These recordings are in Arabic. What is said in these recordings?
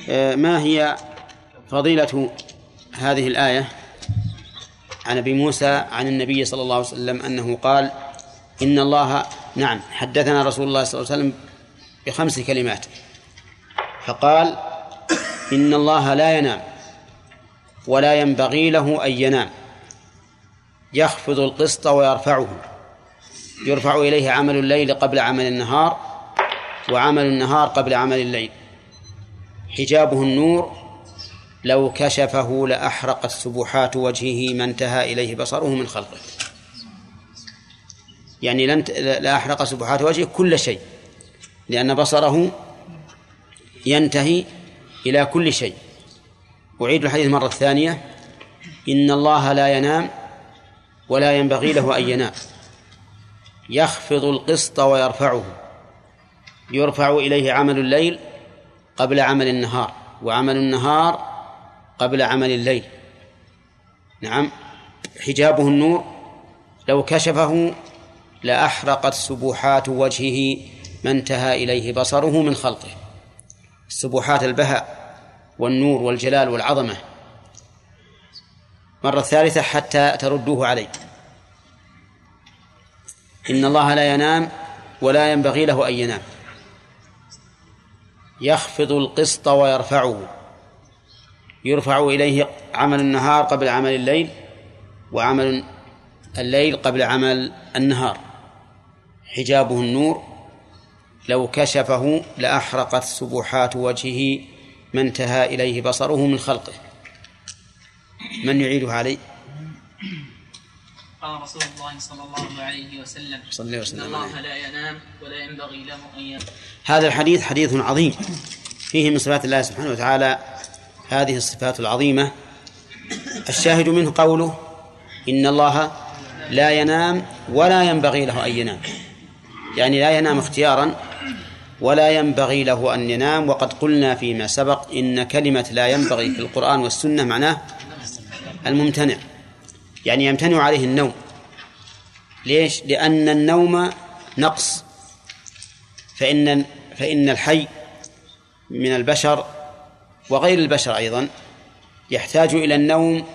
ما هي فضيلة هذه الآية عن أبي موسى عن النبي صلى الله عليه وسلم أنه قال إن الله حدثنا رسول الله صلى الله عليه وسلم ب5 كلمات، فقال إن الله لا ينام ولا ينبغي له أن ينام، يخفض القسط ويرفعه، يرفع إليه عمل الليل قبل عمل النهار، وعمل النهار قبل عمل الليل، حجابه النور، لو كشفه لأحرقت سبحات وجهه ما انتهى إليه بصره من خلقه. يعني لا أحرق سبحات وجهه كل شيء، لأن بصره ينتهي إلى كل شيء. أعيد الحديث مرة ثانية: إن الله لا ينام ولا ينبغي له أن ينام، يخفض القسط ويرفعه، يرفع إليه عمل الليل قبل عمل النهار، وعمل النهار قبل عمل الليل. حجابه النور، لو كشفه لأحرقت سبحات وجهه ما انتهى إليه بصره من خلقه. السبحات البهاء والنور والجلال والعظمة. مرة ثالثة حتى تردوه عليه: إن الله لا ينام ولا ينبغي له أن ينام، يخفض القسط ويرفعه، يرفع إليه عمل النهار قبل عمل الليل، وعمل الليل قبل عمل النهار، حجابه النور، لو كشفه لأحرقت سبحات وجهه ما انتهى إليه بصره من خلقه. من يعيده علي؟ قال رسول الله صلى الله عليه وسلم: إن الله لا ينام ولا ينبغي له أن ينام. هذا الحديث حديث عظيم فيه من صفات الله سبحانه وتعالى هذه الصفات العظيمة. الشاهد منه قوله: إن الله لا ينام ولا ينبغي له أن ينام، يعني لا ينام اختيارا ولا ينبغي له أن ينام. وقد قلنا فيما سبق إن كلمة لا ينبغي في القرآن والسنة معناه الممتنع، يعني يمتنع عليه النوم. ليش؟ لأن النوم نقص، فإن الحي من البشر وغير البشر أيضا يحتاج إلى النوم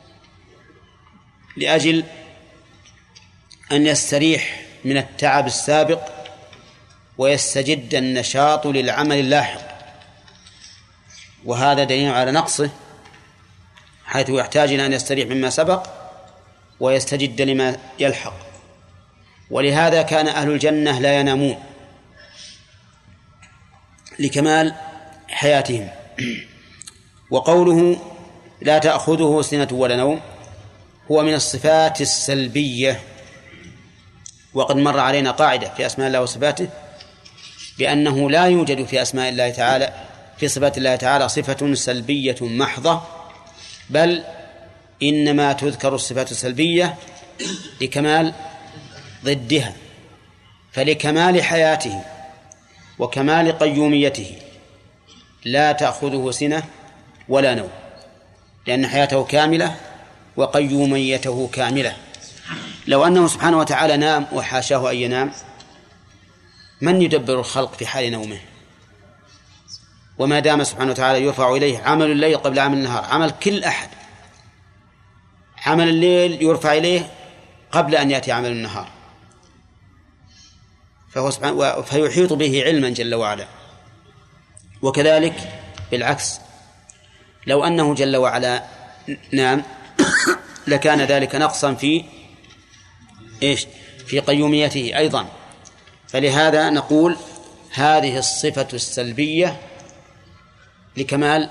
لأجل أن يستريح من التعب السابق ويستجد النشاط للعمل اللاحق، وهذا دليل على نقصه، حيث يحتاج إلى أن يستريح مما سبق ويستجد لما يلحق. ولهذا كان أهل الجنة لا ينامون لكمال حياتهم. وقوله لا تأخذه سنة ولا نوم هو من الصفات السلبية. وقد مر علينا قاعدة في أسماء الله وصفاته بأنه لا يوجد في أسماء الله تعالى في صفات الله تعالى صفة سلبية محضة، بل إنما تذكر الصفات السلبية لكمال ضدها. فلكمال حياته وكمال قيوميته لا تأخذه سنة ولا نوم، لأن حياته كاملة وقيوميته كاملة. لو أنه سبحانه وتعالى نام وحاشاه أن ينام، من يدبر الخلق في حال نومه؟ وما دام سبحانه وتعالى يرفع إليه عمل الليل قبل عمل النهار، عمل كل أحد، عمل الليل يرفع إليه قبل أن يأتي عمل النهار، فهو سبحانه فيحيط به علما جل وعلا. وكذلك بالعكس، لو أنه جل وعلا نام لكان ذلك نقصا في قيوميته أيضا. فلهذا نقول هذه الصفة السلبية لكمال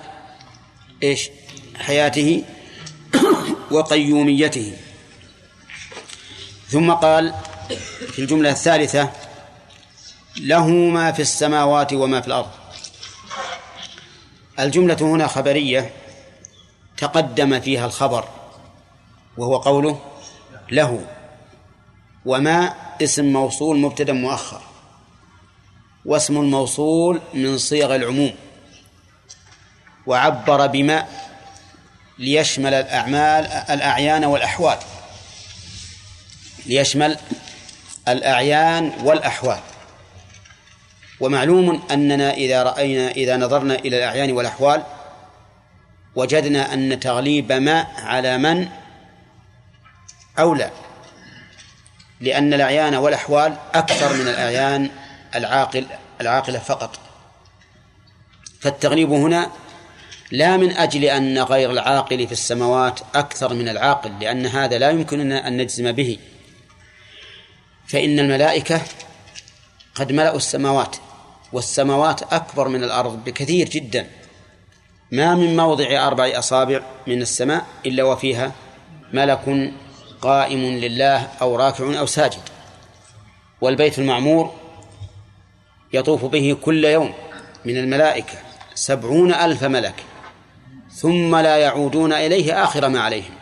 حياته وقيوميته. ثم قال في الجملة الثالثة: له ما في السماوات وما في الأرض. الجملة هنا خبرية تقدم فيها الخبر وهو قوله له، وما اسم موصول مبتدأ مؤخر، واسم الموصول من صيغ العموم، وعبر بما ليشمل الأعيان والأحوال، ليشمل الأعيان والأحوال. ومعلوم أننا إذا نظرنا إلى الأعيان والأحوال وجدنا أن تغليب ما على من أولى، لأن الأعيان والأحوال أكثر من الأعيان العاقلة فقط. فالتغليب هنا لا من أجل أن غير العاقل في السماوات أكثر من العاقل، لأن هذا لا يمكننا أن نجزم به، فإن الملائكة قد ملأوا السماوات، والسماوات أكبر من الأرض بكثير جدا، ما من موضع 4 أصابع من السماء إلا وفيها ملك قائم لله أو راكع أو ساجد. والبيت المعمور يطوف به كل يوم من الملائكة 70,000 ملك، ثم لا يعودون إليه آخر ما عليهم.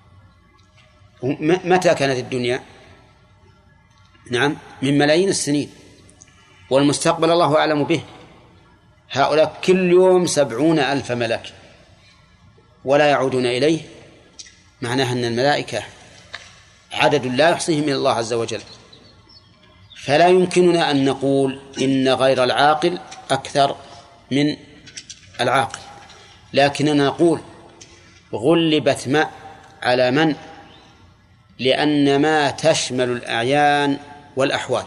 متى كانت الدنيا؟ نعم، من ملايين السنين، والمستقبل الله أعلم به. هؤلاء كل يوم 70,000 ملك ولا يعودون إليه، معناها أن الملائكة عدد لا يحصيه من الله عز وجل. فلا يمكننا أن نقول إن غير العاقل أكثر من العاقل، لكننا نقول غلبت ما على من، لأن ما تشمل الأعيان والأحوال.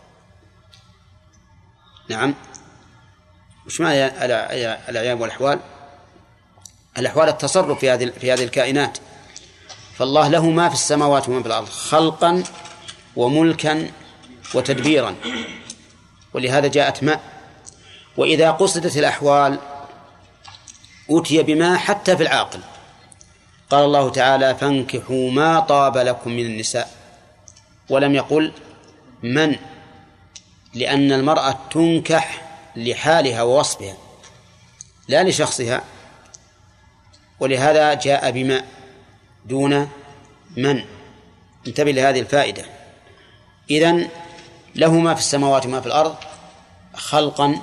نعم، وش معنى الأعيان والأحوال؟ الأحوال التصرف في هذه الكائنات، فالله له ما في السماوات وما في الأرض خلقا وملكا وتدبيرا، ولهذا جاءت ماء. وإذا قصدت الأحوال أتي بما حتى في العاقل. قال الله تعالى: فانكحوا ما طاب لكم من النساء، ولم يقل من، لأن المرأة تنكح لحالها ووصفها لا لشخصها، ولهذا جاء بما دون من. انتبه لهذه الفائدة. إذن له ما في السماوات وما في الأرض خلقا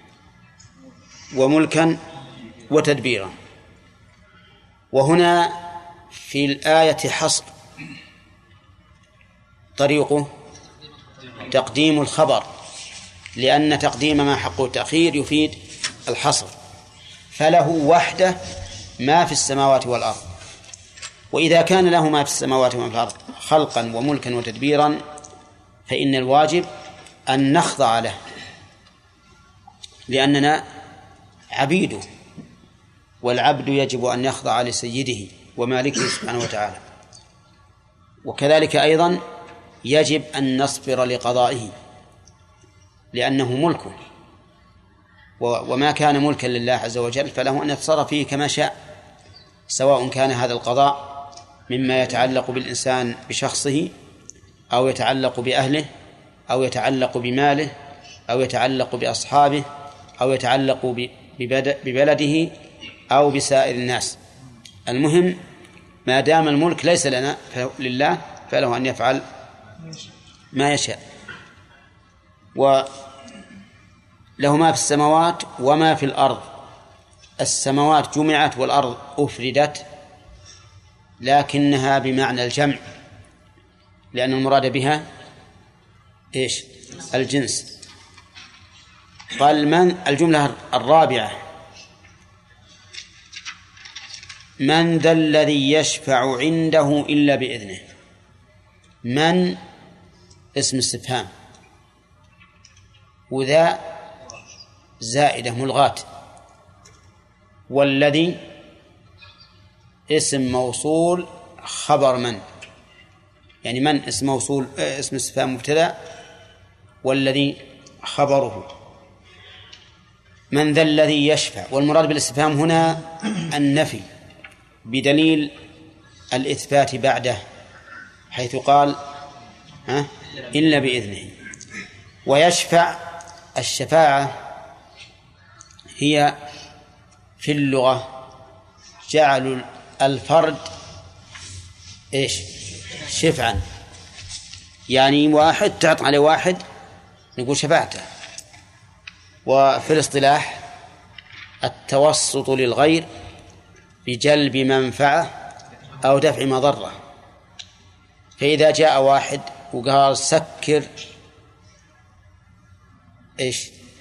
وملكا وتدبيرا. وهنا في الآية حصر، طريقه تقديم الخبر، لأن تقديم ما حقه التأخير يفيد الحصر. فله وحده ما في السماوات والأرض، وإذا كان له ما في السماوات وما في الأرض خلقا وملكا وتدبيرا فإن الواجب أن نخضع له، لأننا عبيده، والعبد يجب أن يخضع لسيده ومالكه سبحانه وتعالى. وكذلك أيضا يجب أن نصبر لقضائه، لأنه ملكه، وما كان ملكا لله عز وجل فله أن يتصرف فيه كما شاء، سواء كان هذا القضاء مما يتعلق بالإنسان بشخصه، أو يتعلق بأهله، أو يتعلق بماله، أو يتعلق بأصحابه، أو يتعلق ببلده، أو بسائر الناس. المهم ما دام الملك ليس لنا لله فله أن يفعل ما يشاء. وله ما في السماوات وما في الأرض. السماوات جمعت والأرض أفردت، لكنها بمعنى الجمع، لأن المراد بها إيش؟ الجنس. قال من الجملة الرابعة: من ذا الذي يشفع عنده إلا بإذنه. من اسم استفهام، وذا زائدة ملغاة، والذي اسم موصول خبر من، يعني من اسم موصول اسم استفهام مبتدأ، والذي خبره. من ذا الذي يشفع، والمراد بالاستفهام هنا النفي بدليل الإثبات بعده، حيث قال إلا بإذنه. ويشفع، الشفاعة هي في اللغة جعل الفرد إيش؟ شفعا، يعني واحد تعطى على واحد نقول شفاعته. وفي الاصطلاح التوسط للغير بجلب منفعة أو دفع مضرة. فإذا جاء واحد وقال سكر إيش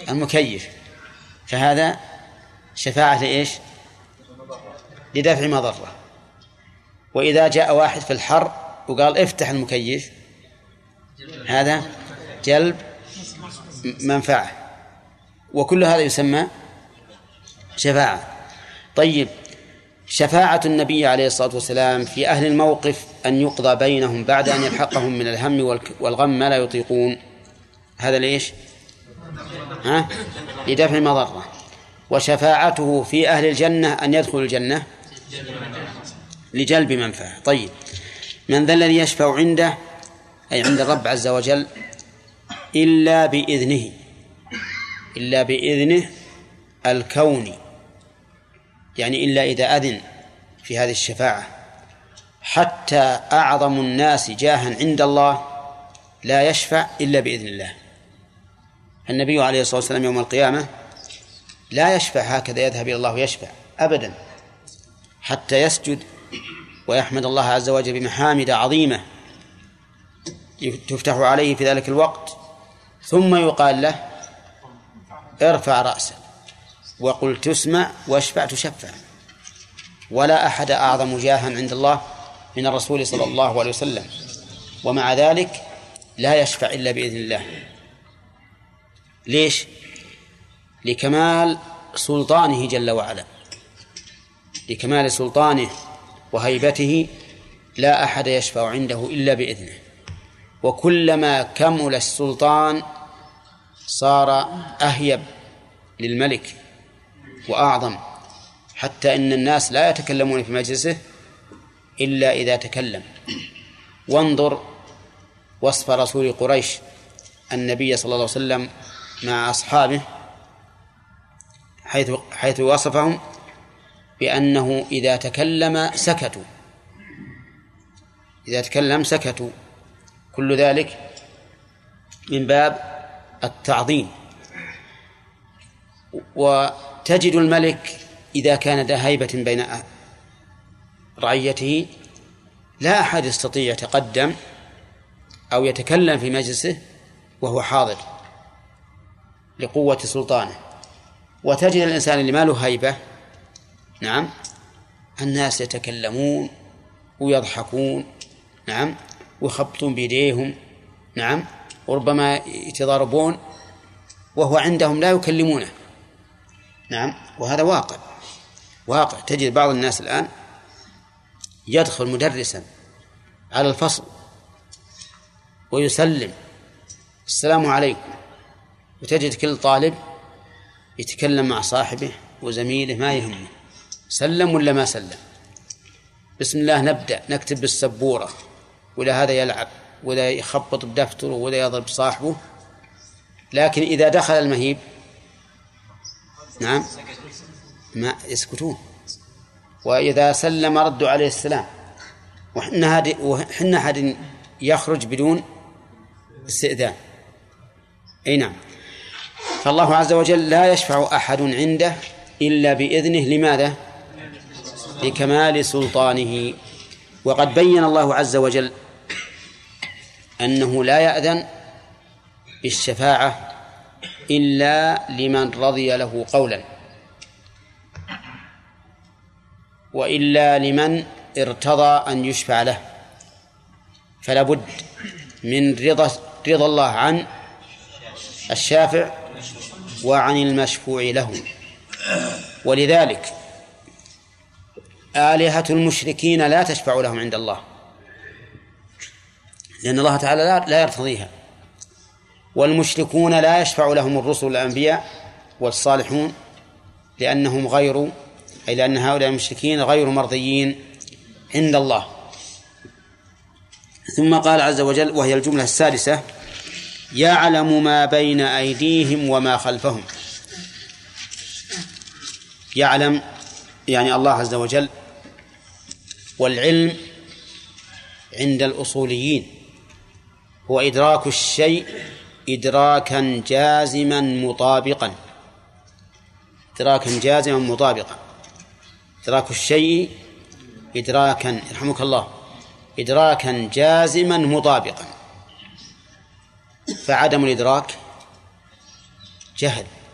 المكيف، فهذا شفاعة لإيش؟ لدفع مضرة. وإذا جاء واحد في الحر وقال افتح المكيف، هذا جلب منفعة، وكل هذا يسمى شفاعة. طيب، شفاعة النبي عليه الصلاة والسلام في أهل الموقف أن يقضى بينهم بعد أن يلحقهم من الهم والغم ما لا يطيقون، هذا ليش؟ لدفع مضرة. وشفاعته في أهل الجنة أن يدخل الجنة لجلب منفعة. طيب، من ذا الذي يشفع عنده، أي عند الرب عز وجل، إلا بإذنه، إلا بإذنه الكوني، يعني إلا إذا أذن في هذه الشفاعة. حتى أعظم الناس جاها عند الله لا يشفع إلا بإذن الله. النبي عليه الصلاة والسلام يوم القيامة لا يشفع هكذا يذهب إلى الله ويشفع أبدا، حتى يسجد ويحمد الله عز وجل بمحامد عظيمة تفتح عليه في ذلك الوقت، ثم يقال له ارفع رأسك وقل تسمع واشفع تشفع. ولا أحد أعظم جاها عند الله من الرسول صلى الله عليه وسلم، ومع ذلك لا يشفع إلا بإذن الله. ليش؟ لكمال سلطانه جل وعلا، لكمال سلطانه وهيبته، لا أحد يشفع عنده إلا بإذنه. وكلما كمل السلطان صار أهيب للملك وأعظم، حتى إن الناس لا يتكلمون في مجلسه إلا إذا تكلم. وانظر وصف رسول قريش النبي صلى الله عليه وسلم مع أصحابه، حيث وصفهم بأنه إذا تكلم سكتوا، إذا تكلم سكتوا. كل ذلك من باب التعظيم. وتجد الملك إذا كان ذا هيبة بين رعيته لا أحد يستطيع يتقدم أو يتكلم في مجلسه وهو حاضر لقوة سلطانه. وتجد الإنسان اللي ما له هيبة، نعم، الناس يتكلمون ويضحكون، نعم، ويخبطون بيديهم، نعم، وربما يتضاربون وهو عندهم لا يكلمونه، نعم. وهذا واقع. تجد بعض الناس الآن يدخل مدرسا على الفصل ويسلم السلام عليكم، وتجد كل طالب يتكلم مع صاحبه وزميله ما يهمه سلم ولا ما سلم، بسم الله نبدأ، نكتب بالسبورة، ولا هذا يلعب ولا يخبط بدفتره ولا يضرب صاحبه. لكن إذا دخل المهيب، نعم، ما يسكتون، وإذا سلم ردوا عليه السلام. وحنا حد يخرج بدون استئذان. أي نعم. فالله عز وجل لا يشفع أحد عنده إلا بإذنه. لماذا؟ لكمال سلطانه. وقد بين الله عز وجل أنه لا يأذن بالشفاعة إلا لمن رضي له قولا، وإلا لمن ارتضى أن يشفع له، فلا بد من رضا الله عن الشافع وعن المشفوع له. ولذلك آلهة المشركين لا تشفع لهم عند الله، لأن الله تعالى لا يرتضيها. والمشركون لا يشفع لهم الرسل الأنبياء والصالحون، لأنهم لأن هؤلاء المشركين غير مرضيين عند الله. ثم قال عز وجل، وهي الجملة السادسة: يعلم ما بين أيديهم وما خلفهم. يعلم يعني الله عز وجل. والعلم عند الأصوليين هو إدراك الشيء إدراكا جازما مطابقا. إدراكا جازما مطابقا. إدراك الشيء إدراكا، يرحمك الله، إدراكا جازما مطابقا. فعدم الإدراك جهل،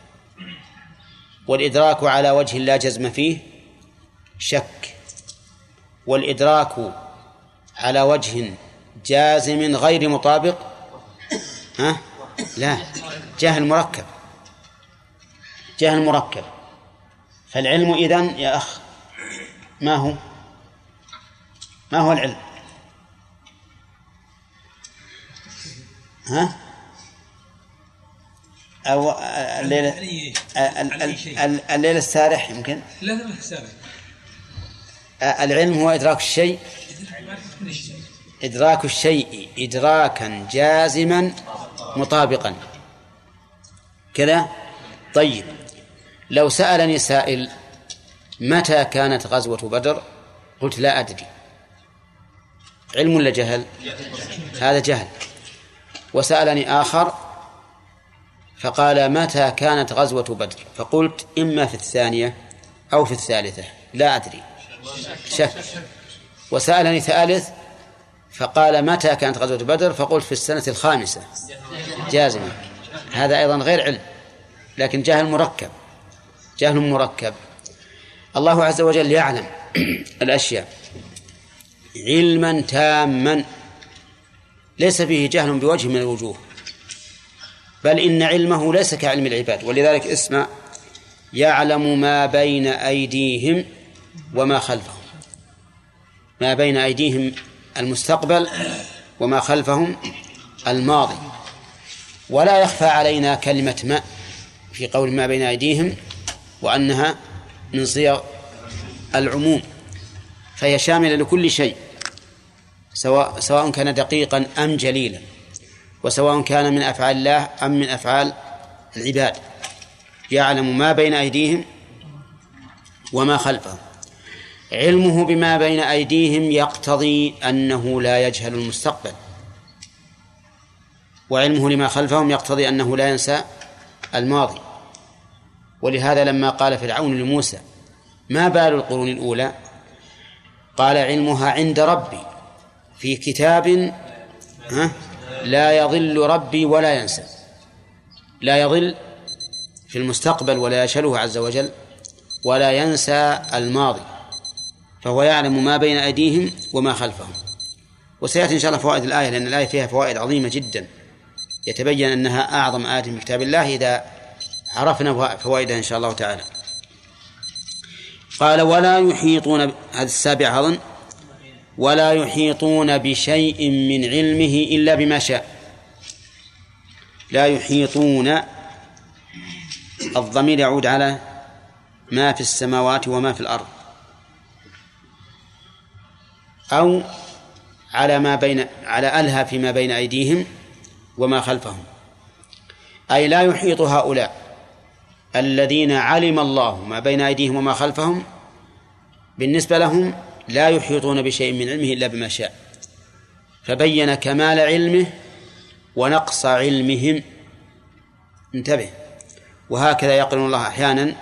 والإدراك على وجه لا جزم فيه شك، والإدراك على وجه جازم غير مطابق لا، جهل مركب، جهل مركب. فالعلم إذن يا أخ ما هو العلم؟ أو الليل السارح يمكن. لا سارح. العلم هو إدراك الشيء إدراكا جازما مطابقا كذا. طيب، لو سألني سائل متى كانت غزوة بدر قلت لا أدري، علم ولا جهل؟ هذا جهل. وسألني آخر فقال متى كانت غزوة بدر فقلت إما في الثانية أو في الثالثة لا أدري، شك. وسألني ثالث فقال متى كانت غزوة بدر فقلت في السنة الخامسة جازما. هذا أيضا غير علم لكن جهل مركب، جهل مركب. الله عز وجل يعلم الأشياء علما تاما ليس فيه جهل بوجه من الوجوه، بل إن علمه ليس كعلم العباد. ولذلك اسمع: يعلم ما بين أيديهم وما خلفهم. ما بين أيديهم المستقبل وما خلفهم الماضي. ولا يخفى علينا كلمة ما في قول ما بين أيديهم وأنها من صيغ العموم، فهي شاملة لكل شيء سواء كان دقيقا أم جليلا، وسواء كان من أفعال الله أم من أفعال العباد. يعلم ما بين أيديهم وما خلفهم. علمه بما بين أيديهم يقتضي أنه لا يجهل المستقبل، وعلمه لما خلفهم يقتضي أنه لا ينسى الماضي. ولهذا لما قال فرعون لموسى ما بال القرون الأولى قال علمها عند ربي في كتاب لا يضل ربي ولا ينسى. لا يضل في المستقبل ولا يشله عز وجل ولا ينسى الماضي، فهو يعلم ما بين أيديهم وما خلفهم. وسيأتي إن شاء الله فوائد الآية، لأن الآية فيها فوائد عظيمة جدا يتبين أنها أعظم آية من كتاب الله إذا عرفنا فوائدها إن شاء الله تعالى. قال ولا يحيطون، هذا السابع أظن، ولا يحيطون بشيء من علمه إلا بما شاء. لا يحيطون، الضمير يعود على ما في السماوات وما في الأرض، أو على ما بين، على ألها فيما بين أيديهم وما خلفهم. أي لا يحيط هؤلاء الذين علم الله ما بين أيديهم وما خلفهم، بالنسبة لهم لا يحيطون بشيء من علمه إلا بما شاء، فبين كمال علمه ونقص علمهم. انتبه، وهكذا يقرن الله أحيانا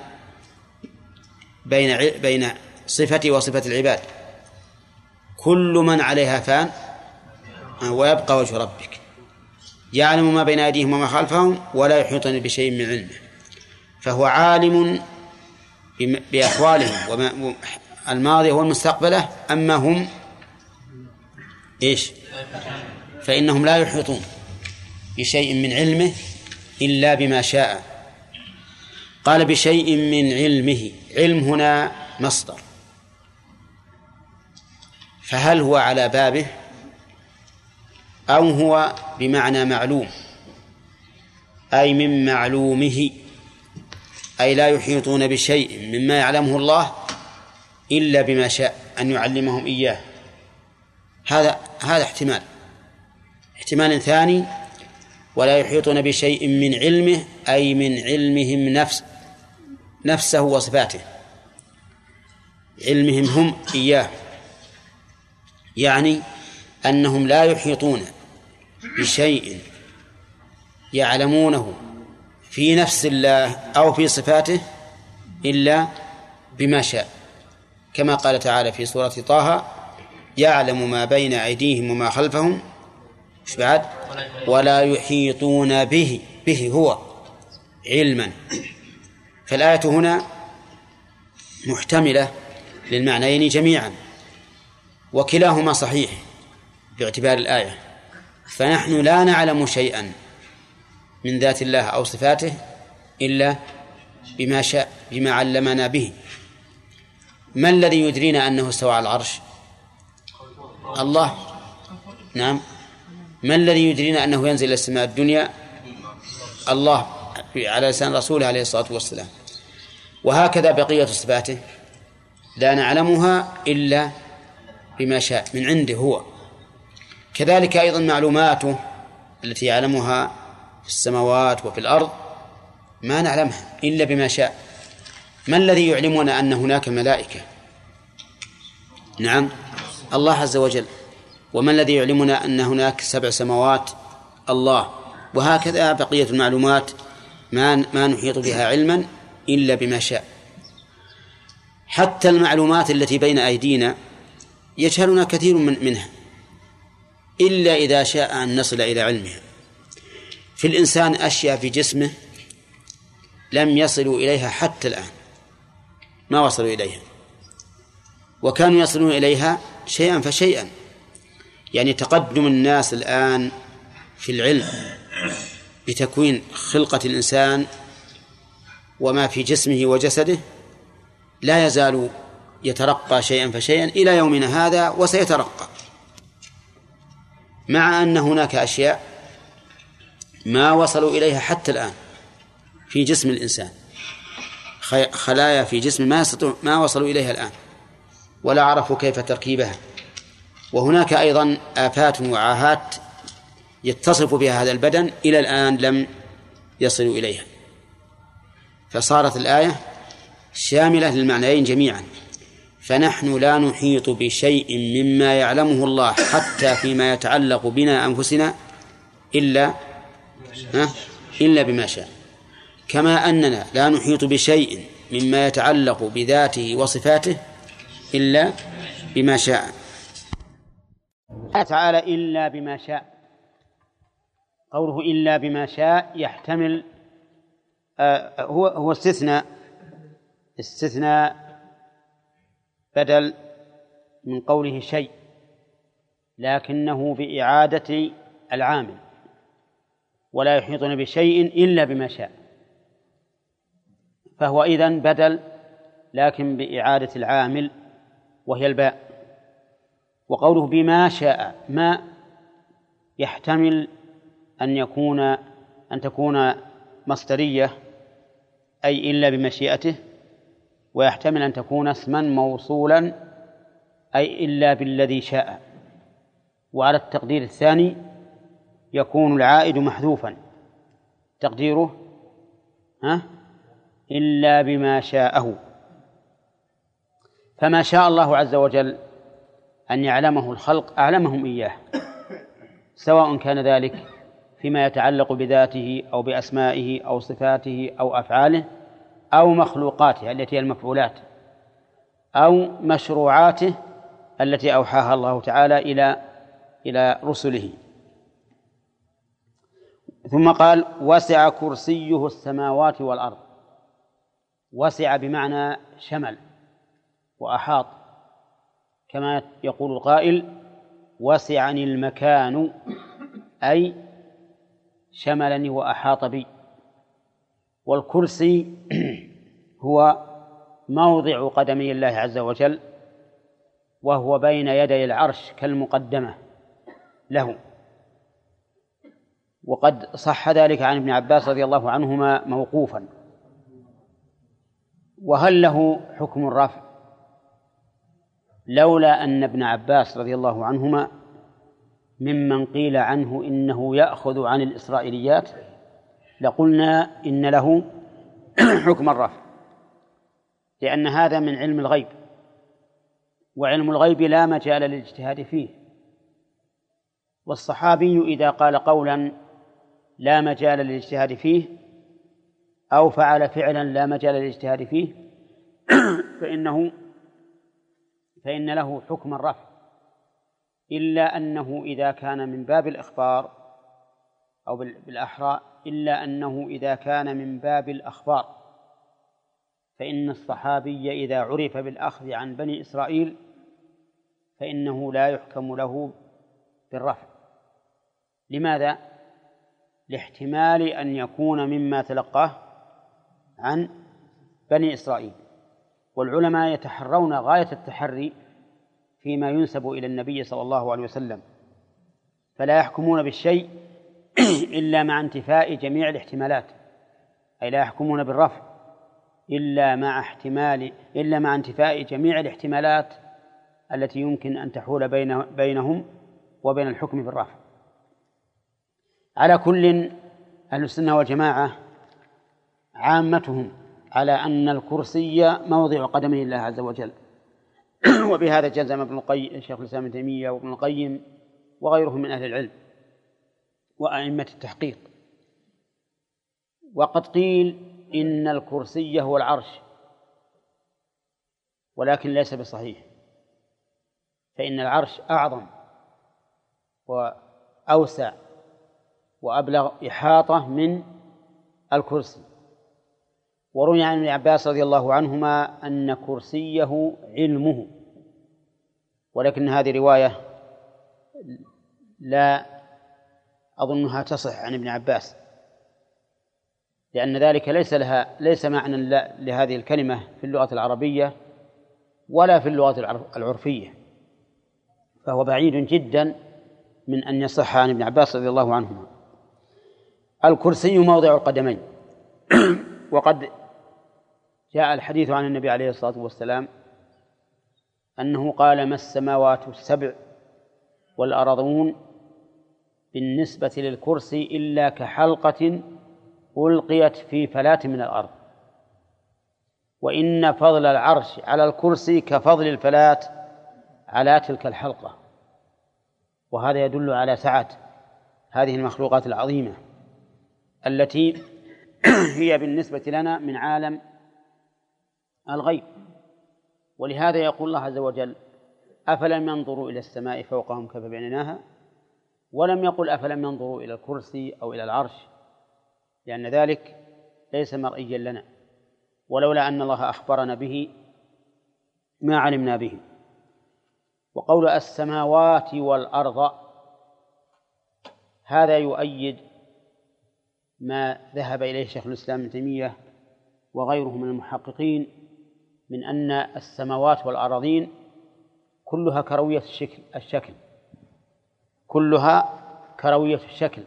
بين صفته وصفة العباد. كل من عليها فان ويبقى وجه ربك. يعلم ما بين أيديهم وما خلفهم ولا يحيطون بشيء من علمه، فهو عالم بأحوالهم الماضية والمستقبلة. أما هم إيش؟ فإنهم لا يحيطون بشيء من علمه إلا بما شاء. قال بشيء من علمه، علم هنا مصدر، فهل هو على بابه أو هو بمعنى معلوم؟ أي من معلومه، أي لا يحيطون بشيء مما يعلمه الله إلا بما شاء أن يعلمهم إياه. هذا احتمال ثاني، ولا يحيطون بشيء من علمه أي من علمهم نفسه وصفاته، علمهم هم إياه، يعني أنهم لا يحيطون بشيء يعلمونه في نفس الله أو في صفاته إلا بما شاء، كما قال تعالى في سورة طه: يعلم ما بين أيديهم وما خلفهم بعد ولا يحيطون به هو علما. فالآية هنا محتملة للمعنيين جميعا، وكلاهما صحيح باعتبار الآية. فنحن لا نعلم شيئا من ذات الله أو صفاته إلا بما شاء، بما علمنا به. ما الذي يدرينا أنه استوى على العرش؟ الله. نعم. ما الذي يدرينا أنه ينزل إلى السماء الدنيا؟ الله، على لسان رسوله عليه الصلاة والسلام. وهكذا بقية صفاته لا نعلمها إلا بما شاء من عنده هو. كذلك أيضا معلوماته التي يعلمها في السماوات وفي الأرض ما نعلمها إلا بما شاء. ما الذي يعلمنا أن هناك ملائكة؟ نعم، الله عز وجل. وما الذي يعلمنا أن هناك 7 سماوات؟ الله. وهكذا بقية المعلومات ما نحيط بها علما إلا بما شاء. حتى المعلومات التي بين أيدينا يجهلنا كثير منها إلا إذا شاء أن نصل إلى علمها. في الإنسان أشياء في جسمه لم يصلوا إليها حتى الآن، ما وصلوا إليها، وكانوا يصلون إليها شيئا فشيئا. يعني تقدم الناس الآن في العلم بتكوين خلقة الإنسان وما في جسمه وجسده لا يزال يترقى شيئا فشيئا إلى يومنا هذا، وسيترقى، مع أن هناك أشياء ما وصلوا إليها حتى الآن في جسم الإنسان، خلايا في جسم ما وصلوا إليها الآن ولا عرفوا كيف تركيبها. وهناك أيضا آفات وعاهات يتصف بها هذا البدن إلى الآن لم يصلوا إليها. فصارت الآية شاملة للمعنيين جميعا. فنحن لا نحيط بشيء مما يعلمه الله حتى فيما يتعلق بنا أنفسنا إلا بما شاء، كما أننا لا نحيط بشيء مما يتعلق بذاته وصفاته إلا بما شاء. تعالى إلا بما شاء، قوله إلا بما شاء يحتمل هو استثناء بدل من قوله شيء، لكنه بإعادة العامل، ولا يحيطون بشيء إلا بما شاء، فهو إذن بدل لكن بإعادة العامل وهي الباء. وقوله بما شاء، ما يحتمل أن تكون مصدرية أي إلا بمشيئته، ويحتمل أن تكون اسما موصولا أي إلا بالذي شاء. وعلى التقدير الثاني يكون العائد محذوفا، تقديره إلا بما شاءه. فما شاء الله عز وجل أن يعلمه الخلق أعلمهم إياه، سواء كان ذلك فيما يتعلق بذاته أو بأسمائه أو صفاته أو أفعاله أو مخلوقاته التي هي المفعولات أو مشروعاته التي أوحاها الله تعالى إلى رسله. ثم قال وسع كرسيه السماوات والأرض. وسع بمعنى شمل وأحاط، كما يقول القائل وسعني المكان، أي شملني وأحاط بي. والكرسي هو موضع قدمي الله عز وجل، وهو بين يدي العرش كالمقدمة له. وقد صح ذلك عن ابن عباس رضي الله عنهما موقوفا. وهل له حكم الرفع؟ لولا أن ابن عباس رضي الله عنهما ممن قيل عنه إنه يأخذ عن الإسرائيليات لقلنا إن له حكم الرفع، لأن هذا من علم الغيب، وعلم الغيب لا مجال للاجتهاد فيه. والصحابي إذا قال قولا لا مجال للاجتهاد فيه أو فعل فعلا لا مجال للاجتهاد فيه فإن له حكم الرفع، إلا أنه إذا كان من باب الإخبار أو بالأحرى إلا أنه إذا كان من باب الأخبار فإن الصحابي إذا عرف بالأخذ عن بني إسرائيل فإنه لا يحكم له بالرفع. لماذا؟ لاحتمال أن يكون مما تلقاه عن بني إسرائيل، والعلماء يتحرون غاية التحري فيما ينسب إلى النبي صلى الله عليه وسلم، فلا يحكمون بالشيء إلا مع انتفاء جميع الاحتمالات، أي لا يحكمون بالرفع إلا مع انتفاء جميع الاحتمالات التي يمكن أن تحول بينهم وبين الحكم بالرفع. على كل، أهل السنة والجماعة عامتهم على أن الكرسي موضع قدمي الله عز وجل، وبهذا جزم ابن القيم شيخ الإسلام ابن تيمية وابن القيم وغيرهم من أهل العلم وأئمة التحقيق. وقد قيل إن الكرسي هو العرش، ولكن ليس بصحيح، فإن العرش أعظم وأوسع وأبلغ إحاطة من الكرسي. وروي عن ابن عباس رضي الله عنهما أن كرسيه علمه، ولكن هذه رواية لا أظنها تصح عن ابن عباس، لأن ذلك ليس معنى لهذه الكلمة في اللغة العربية ولا في اللغة العرفية، فهو بعيد جدا من أن يصح عن ابن عباس رضي الله عنهما. الكرسي موضع القدمين. وقد جاء الحديث عن النبي عليه الصلاة والسلام أنه قال: ما السماوات السبع والأرضون بالنسبة للكرسي إلا كحلقة ألقيت في فلاة من الأرض، وإن فضل العرش على الكرسي كفضل الفلاة على تلك الحلقة. وهذا يدل على سعة هذه المخلوقات العظيمة التي هي بالنسبة لنا من عالم الغيب. ولهذا يقول الله عز وجل: أفلم ينظروا إلى السماء فوقهم كيف بنيناها، ولم يقل أفلم ينظروا إلى الكرسي أو إلى العرش، لأن ذلك ليس مرئيا لنا، ولولا أن الله أخبرنا به ما علمنا به. وقول السماوات والأرض هذا يؤيد ما ذهب إليه شيخ الإسلام ابن تيمية وغيره من المحققين من أن السماوات والأراضين كلها كروية الشكل، كلها كروية الشكل،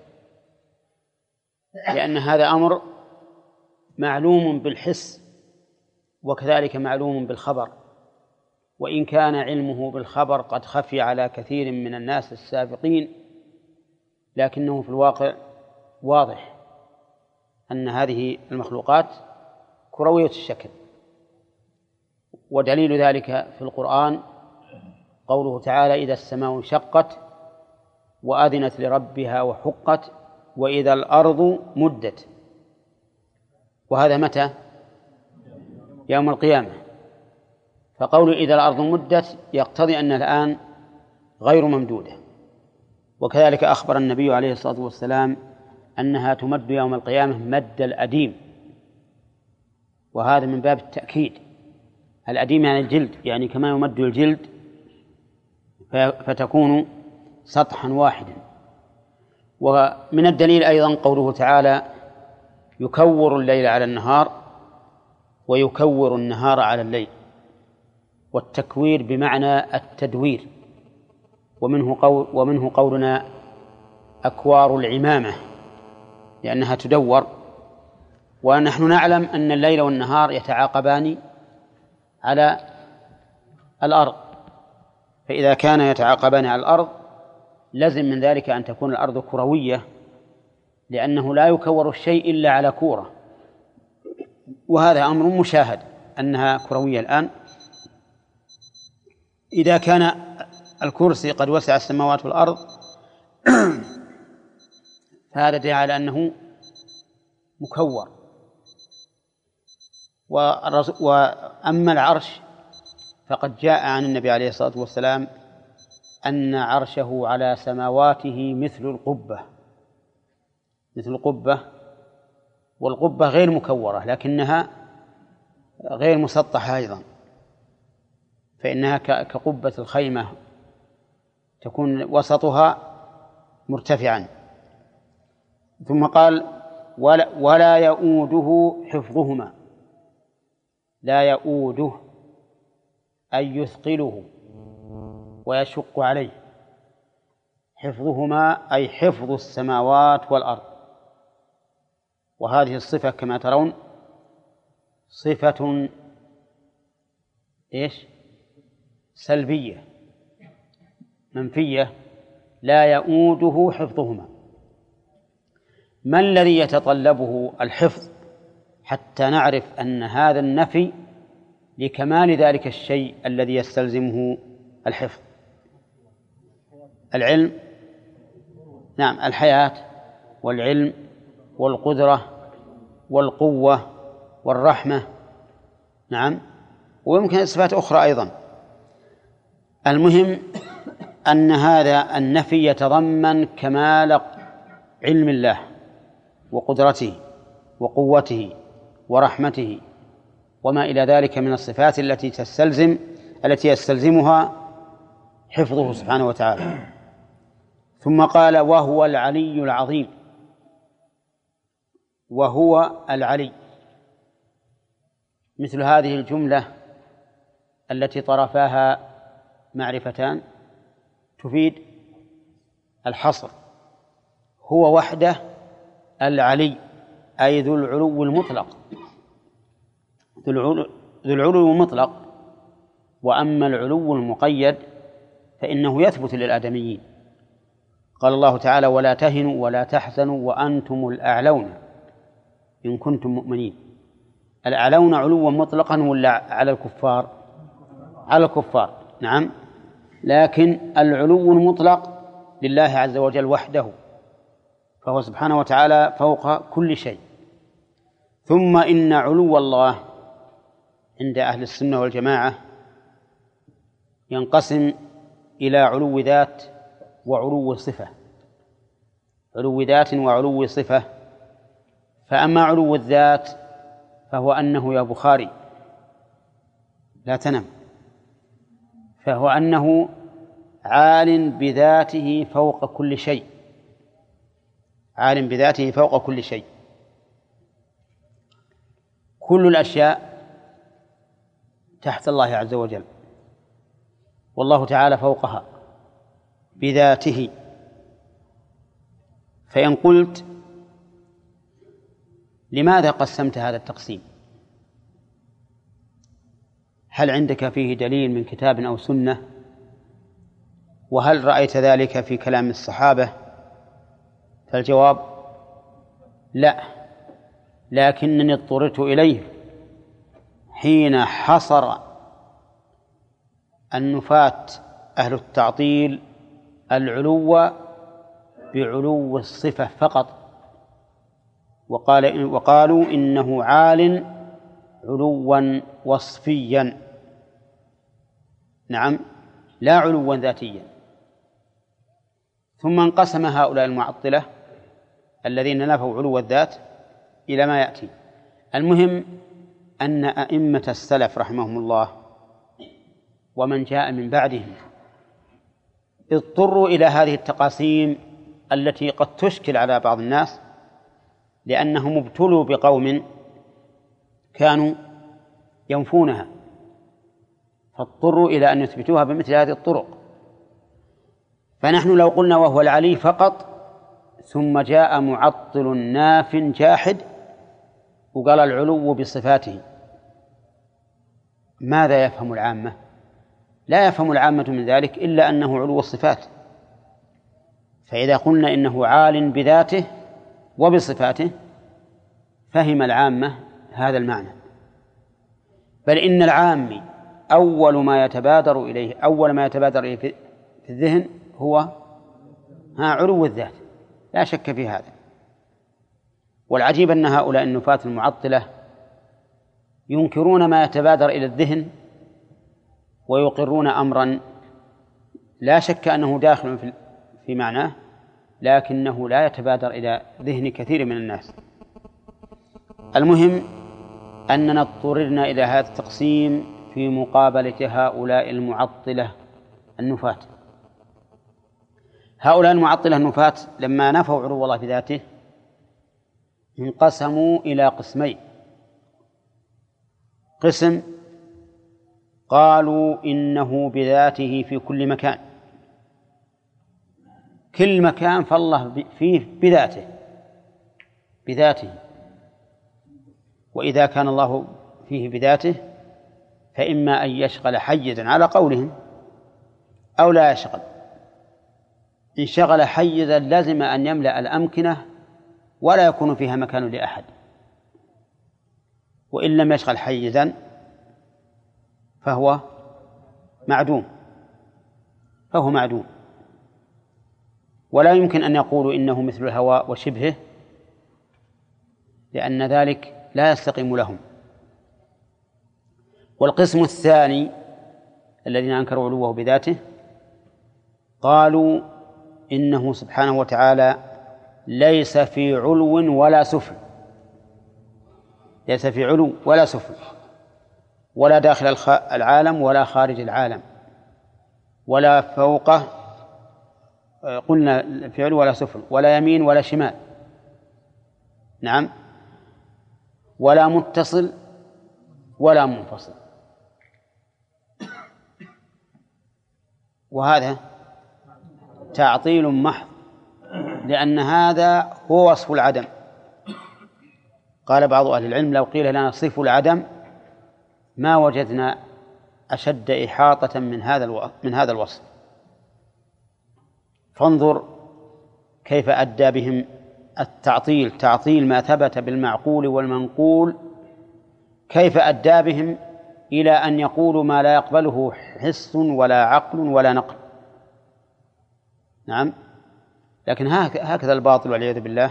لأن هذا أمر معلوم بالحس وكذلك معلوم بالخبر، وإن كان علمه بالخبر قد خفي على كثير من الناس السابقين، لكنه في الواقع واضح أن هذه المخلوقات كروية الشكل. ودليل ذلك في القرآن قوله تعالى: إذا السماء انشقت وأذنت لربها وحقت وإذا الأرض مدت. وهذا متى؟ يوم القيامة. فقول إذا الأرض مدت يقتضي أن الآن غير ممدودة. وكذلك أخبر النبي عليه الصلاة والسلام أنها تمد يوم القيامة مد الأديم، وهذا من باب التأكيد. الأديم يعني الجلد، يعني كما يمد الجلد فتكون سطحا واحدا. ومن الدليل أيضا قوله تعالى: يكور الليل على النهار ويكور النهار على والتكوير بمعنى التدوير. ومنه قولنا أكوار العمامة، لأنها تدور. ونحن نعلم أن الليل والنهار يتعاقبان على الأرض، فإذا كان يتعاقبان على الأرض لازم من ذلك أن تكون الأرض كروية، لأنه لا يكور الشيء إلا على كورة، وهذا أمر مشاهد أنها كروية الآن. إذا كان الكرسي قد وسع السماوات والأرض فهذا دليل على أنه مكور. وأما العرش فقد جاء عن النبي عليه الصلاة والسلام أن عرشه على سماواته مثل القبة، والقبة غير مكورة لكنها غير مسطحة أيضا، فإنها كقبة الخيمة تكون وسطها مرتفعا. ثم قال ولا يؤوده حفظهما. لا يؤوده أي يثقله ويشق عليه، حفظهما أي حفظ السماوات والأرض. وهذه الصفة كما ترون صفة سلبية منفية، لا يؤوده حفظهما. ما الذي يتطلبه الحفظ حتى نعرف أن هذا النفي لكمال ذلك الشيء الذي يستلزمه الحفظ؟ العلم، نعم، الحياة والعلم والقدرة والقوة والرحمة، نعم، ويمكن صفات أخرى أيضا. المهم أن هذا النفي يتضمن كمال علم الله وقدرته وقوته ورحمته وما إلى ذلك من الصفات التي يستلزمها حفظه سبحانه وتعالى. ثم قال وهو العلي العظيم. وهو العلي، مثل هذه الجملة التي طرفاها معرفتان تفيد الحصر. هو وحده العلي أي ذو العلو المطلق، ذو العلو المطلق. وأما العلو المقيد فإنه يثبت للآدميين. قال الله تعالى ولا تهنوا ولا تحزنوا وأنتم الأعلون إن كنتم مؤمنين. الأعلون علوا مطلقا ولا على الكفار؟ على الكفار، نعم، لكن العلو المطلق لله عز وجل وحده، فهو سبحانه وتعالى فوق كل شيء. ثم إن علو الله عند أهل السنة والجماعة ينقسم إلى علو ذات وعلو صفة، علو ذات وعلو صفة. فأما علو الذات فهو أنه يا بخاري لا تنم، فهو أنه عال بذاته فوق كل شيء، عال بذاته فوق كل شيء. كل الأشياء تحت الله عز وجل، والله تعالى فوقها بذاته. فإن قلت لماذا قسمت هذا التقسيم؟ هل عندك فيه دليل من كتاب أو سنة؟ وهل رأيت ذلك في كلام الصحابة؟ فالجواب لا، لكنني اضطررت إليه حين حصر النفاة أهل التعطيل العلو بعلو الصفة فقط، وقالوا إنه عال علوا وصفيا، نعم، لا علوا ذاتيا. ثم انقسم هؤلاء المعطلة الذين نفوا علو الذات إلى ما يأتي. المهم أن أئمة السلف رحمهم الله ومن جاء من بعدهم اضطروا إلى هذه التقاسيم التي قد تشكل على بعض الناس، لأنهم ابتلوا بقوم كانوا ينفونها، فاضطروا إلى أن يثبتوها بمثل هذه الطرق. فنحن لو قلنا وهو العلي فقط ثم جاء معطل ناف جاحد وقال العلو بصفاته، ماذا يفهم العامة؟ لا يفهم العامة من ذلك إلا أنه علو الصفات. فإذا قلنا إنه عال بذاته وبصفاته فهم العامة هذا المعنى. بل إن العامي أول ما يتبادر إليه في الذهن هو علو الذات، لا شك في هذا. والعجيب أن هؤلاء النفاة المعطلة ينكرون ما يتبادر إلى الذهن ويقرون أمرا لا شك أنه داخل في معناه، لكنه لا يتبادر إلى ذهن كثير من الناس. المهم أننا اضطررنا إلى هذا التقسيم في مقابلة هؤلاء المعطلة النفاة. هؤلاء المعطلة النفاة لما نفوا علو الله بذاته انقسموا إلى قسمين: قسم قالوا إنه بذاته في كل مكان، كل مكان فالله فيه بذاته، وإذا كان الله فيه بذاته فإما أن يشغل حيزا على قولهم أو لا يشغل. إن شغل حيزا لازم أن يملأ الأمكنة ولا يكون فيها مكان لأحد، وإن لم يشغل حيزا فهو معدوم، ولا يمكن أن يقولوا إنه مثل الهواء وشبهه، لأن ذلك لا يستقيم لهم. والقسم الثاني الذين أنكروا علوه بذاته قالوا إنه سبحانه وتعالى ليس في علو ولا سفل، ليس في علو ولا سفل، ولا داخل العالم ولا خارج العالم، ولا فوقه، قلنا في علو ولا سفل، ولا يمين ولا شمال، نعم، ولا متصل ولا منفصل. وهذا تعطيل محض، لأن هذا هو وصف العدم. قال بعض أهل العلم: لو قيل لنا صف العدم ما وجدنا أشد إحاطة من هذا الوصف. فانظر كيف أدى بهم التعطيل، تعطيل ما ثبت بالمعقول والمنقول، كيف أدى بهم إلى أن يقولوا ما لا يقبله حس ولا عقل ولا نقل. نعم، لكن هكذا الباطل والعياذ بالله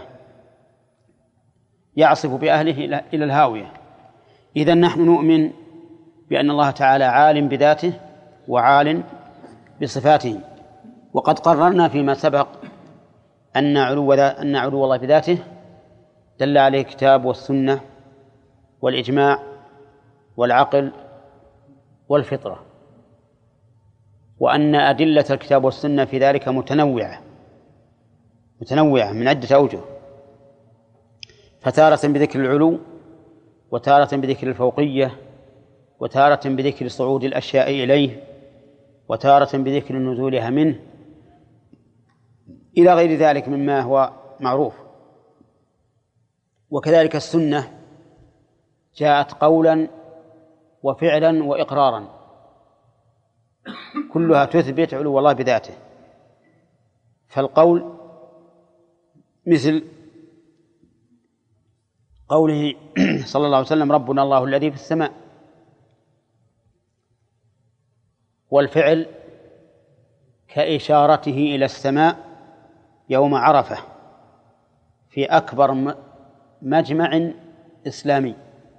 يعصف بأهله إلى الهاوية. إذن نحن نؤمن بأن الله تعالى عالم بذاته وعالم بصفاته، وقد قررنا فيما سبق أن علو الله بذاته دل عليه الكتاب والسنة والإجماع والعقل والفطرة، وأن أدلة الكتاب والسنة في ذلك متنوعة من عدة أوجه، فتارة بذكر العلو، وتارة بذكر الفوقية، وتارة بذكر صعود الأشياء إليه، وتارة بذكر نزولها منه، إلى غير ذلك مما هو معروف. وكذلك السنة جاءت قولا وفعلا وإقرارا، كلها تثبت علو الله بذاته. فالقول مثل قوله صلى الله عليه وسلم: ربنا الله الذي في السماء. والفعل كإشارته إلى السماء يوم عرفة في أكبر مجمع إسلامي،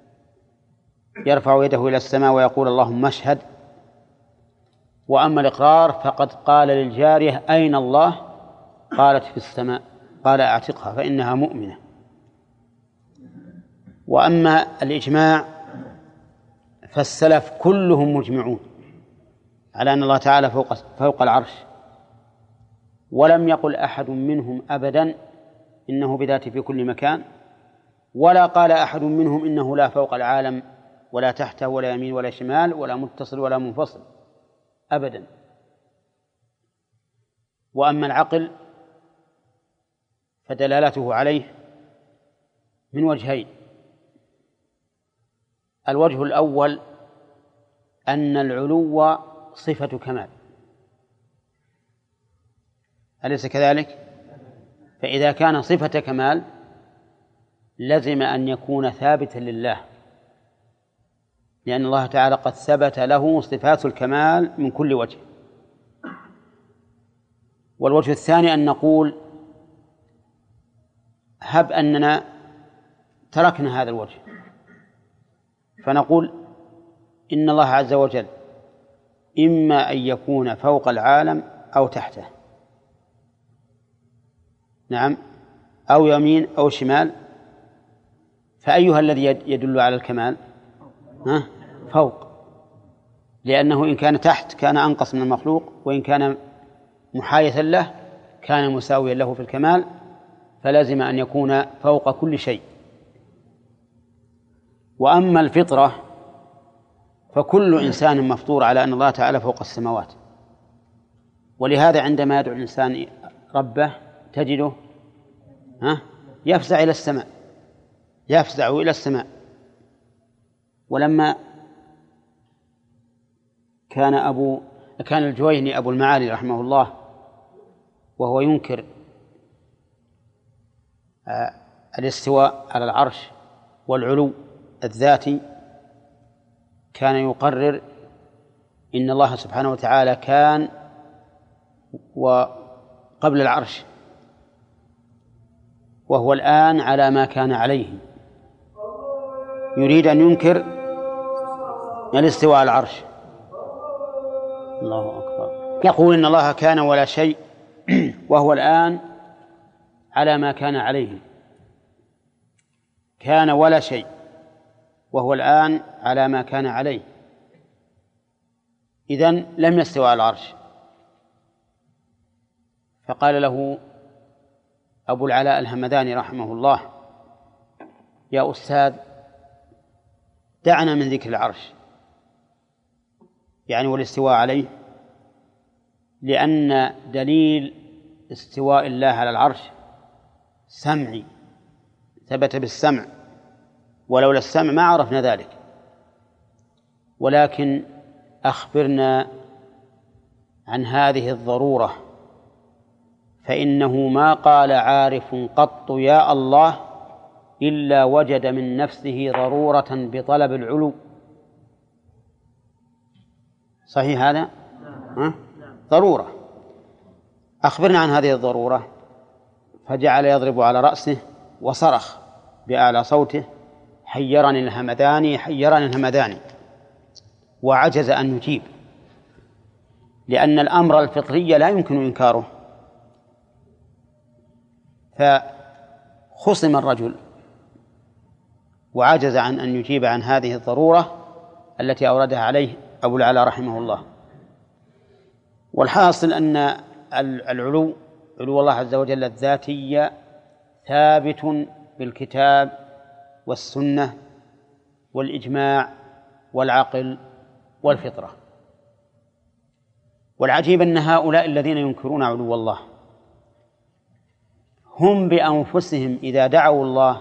يرفع يده إلى السماء ويقول اللهم اشهد. وأما الإقرار فقد قال للجارية: أين الله؟ قالت: في السماء. قال: أعتقها فإنها مؤمنة. وأما الإجماع فالسلف كلهم مجمعون على أن الله تعالى فوق العرش، ولم يقل أحد منهم أبدا إنه بذاته في كل مكان، ولا قال أحد منهم إنه لا فوق العالم ولا تحته ولا يمين ولا شمال ولا متصل ولا منفصل أبدا. وأما العقل فدلالته عليه من وجهين: الوجه الأول أن العلو صفة كمال، أليس كذلك؟ فإذا كان صفة كمال لزم أن يكون ثابتا لله، لأن الله تعالى قد ثبت له صفات الكمال من كل وجه. والوجه الثاني أن نقول: هب أننا تركنا هذا الوجه، فنقول إن الله عز وجل إما أن يكون فوق العالم أو تحته، نعم، أو يمين أو شمال، فأيها الذي يدل على الكمال؟ فوق، لأنه إن كان تحت كان أنقص من المخلوق، وإن كان محايثا له كان مساويا له في الكمال، فلازم أن يكون فوق كل شيء. وأما الفطرة فكل إنسان مفطور على أن الله تعالى فوق السماوات، ولهذا عندما يدعو الإنسان ربه تجده يفزع إلى السماء، يفزع إلى السماء. ولما كان الجويني أبو المعالي رحمه الله وهو ينكر الاستواء على العرش والعلو الذاتي، كان يقرر إن الله سبحانه وتعالى كان وقبل العرش، وهو الآن على ما كان عليه. يريد أن ينكر الاستواء على العرش. الله أكبر. يقول إن الله كان ولا شيء وهو الآن على ما كان عليه. كان ولا شيء وهو الآن على ما كان عليه، إذن لم يستوى على العرش. فقال له أبو العلاء الهمداني رحمه الله: يا أستاذ، دعنا من ذكر العرش يعني والاستواء عليه، لأن دليل استواء الله على العرش سمعي، ثبت بالسمع، ولولا السمع ما عرفنا ذلك. ولكن أخبرنا عن هذه الضرورة، فإنه ما قال عارف قط يا الله إلا وجد من نفسه ضرورة بطلب العلو. صحيح هذا؟ ضرورة. أخبرنا عن هذه الضرورة. فجعل يضرب على رأسه وصرخ بأعلى صوته: حيرني الهمداني، حيرني الهمداني. وعجز أن يجيب، لأن الأمر الفطري لا يمكن إنكاره. فخصم الرجل وعجز عن أن يجيب عن هذه الضرورة التي أوردها عليه أبو العلاء رحمه الله. والحاصل أن علو الله عز وجل الذاتي ثابت بالكتاب والسنة والإجماع والعقل والفطرة. والعجيب أن هؤلاء الذين ينكرون علو الله هم بأنفسهم إذا دعوا الله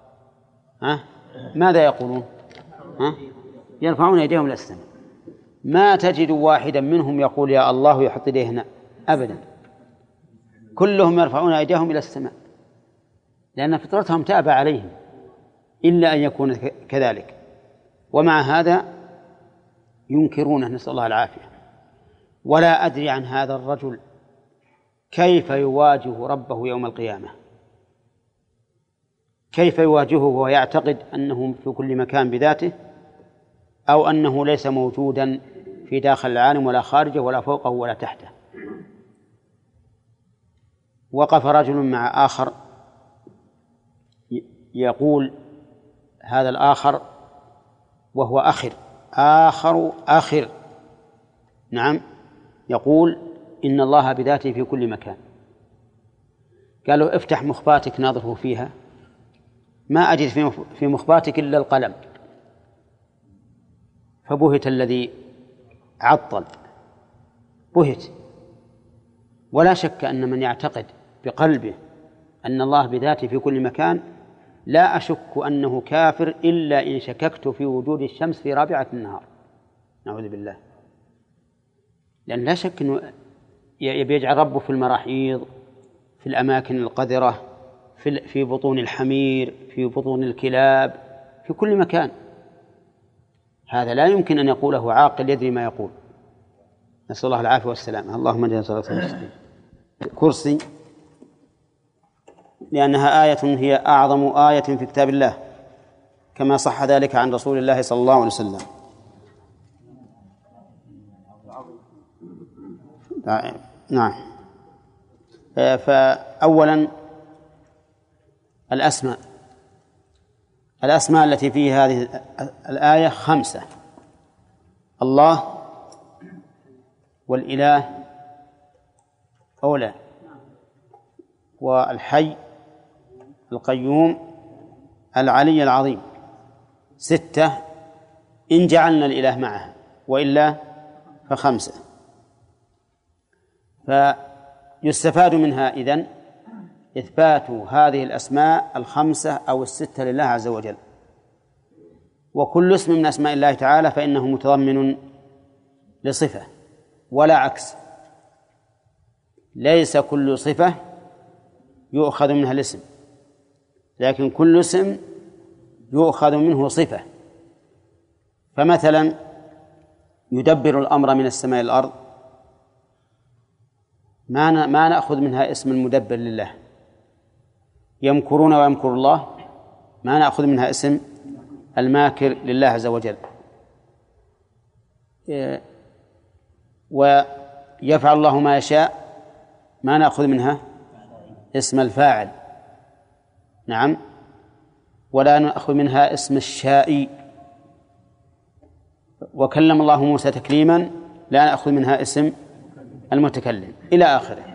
ماذا يقولون؟ يرفعون يديهم إلى السماء. ما تجد واحدا منهم يقول يا الله يحط يديه هنا أبدا، كلهم يرفعون يديهم إلى السماء، لأن فطرتهم تأبى عليهم إلا أن يكون كذلك. ومع هذا ينكرونه، نسأل الله العافية. ولا أدري عن هذا الرجل كيف يواجه ربه يوم القيامة، كيف يواجهه وهو يعتقد أنه في كل مكان بذاته، أو أنه ليس موجودا في داخل العالم ولا خارجه ولا فوقه ولا تحته. وقف رجل مع آخر يقول هذا الآخر وهو آخر نعم، يقول إن الله بذاته في كل مكان. قالوا افتح مخباتك ناظره فيها، ما أجد في مخباتك إلا القلم. فبهت الذي عطل، بهت. ولا شك أن من يعتقد بقلبه أن الله بذاته في كل مكان لا أشك أنه كافر إلا إن شككت في وجود الشمس في رابعة النهار، نعوذ بالله. لأن لا شك أنه يجعل ربه في المراحيض، في الأماكن القذرة، في بطون الحمير، في بطون الكلاب، في كل مكان. هذا لا يمكن أن يقوله عاقل يدري ما يقول. نسأل الله العافية والسلامة. اللهم اجعلنا صلاة المسلمين. كرسي لأنها آية هي أعظم آية في كتاب الله، كما صح ذلك عن رسول الله صلى الله عليه وسلم. نعم. فأولا الأسماء التي في هذه الآية 5: الله، والإله أولى، والحي، القيوم، العلي العظيم. 6 إن جعلنا الإله معه، وإلا ف5. فيستفاد منها إذن إثبات هذه الأسماء 5 أو 6 لله عز وجل. وكل اسم من أسماء الله تعالى فإنه متضمن لصفة ولا عكس، ليس كل صفة يؤخذ منها الاسم، لكن كل اسم يؤخذ منه صفة. فمثلا يدبر الأمر من السماء إلى الأرض، ما نأخذ منها اسم المدبر لله. يمكرون ويمكر الله، ما نأخذ منها اسم الماكر لله عز وجل. ويفعل الله ما يشاء، ما نأخذ منها اسم الفاعل. نعم. ولا نأخذ منها اسم الشائي. وكلم الله موسى تكليما، لا نأخذ منها اسم المتكلم، إلى آخره.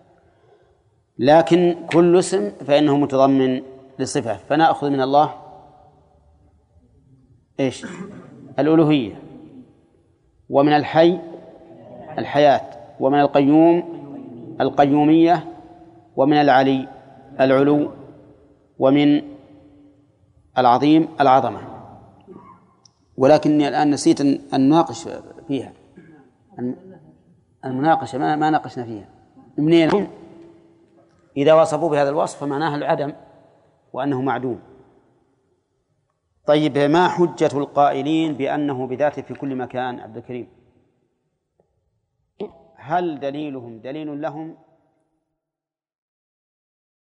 لكن كل اسم فإنه متضمن لصفة، فنأخذ من الله إيش؟ الألوهية، ومن الحي الحياة، ومن القيوم القيومية، ومن العلي العلو، ومن العظيم العظمة. ولكني الآن نسيت أن نناقش فيها المناقشة، ما ناقشنا فيها. منين؟ إذا وصفوا بهذا الوصف فمعناها العدم وأنه معدوم. طيب، ما حجة القائلين بأنه بذاته في كل مكان عبد الكريم؟ هل دليلهم دليل لهم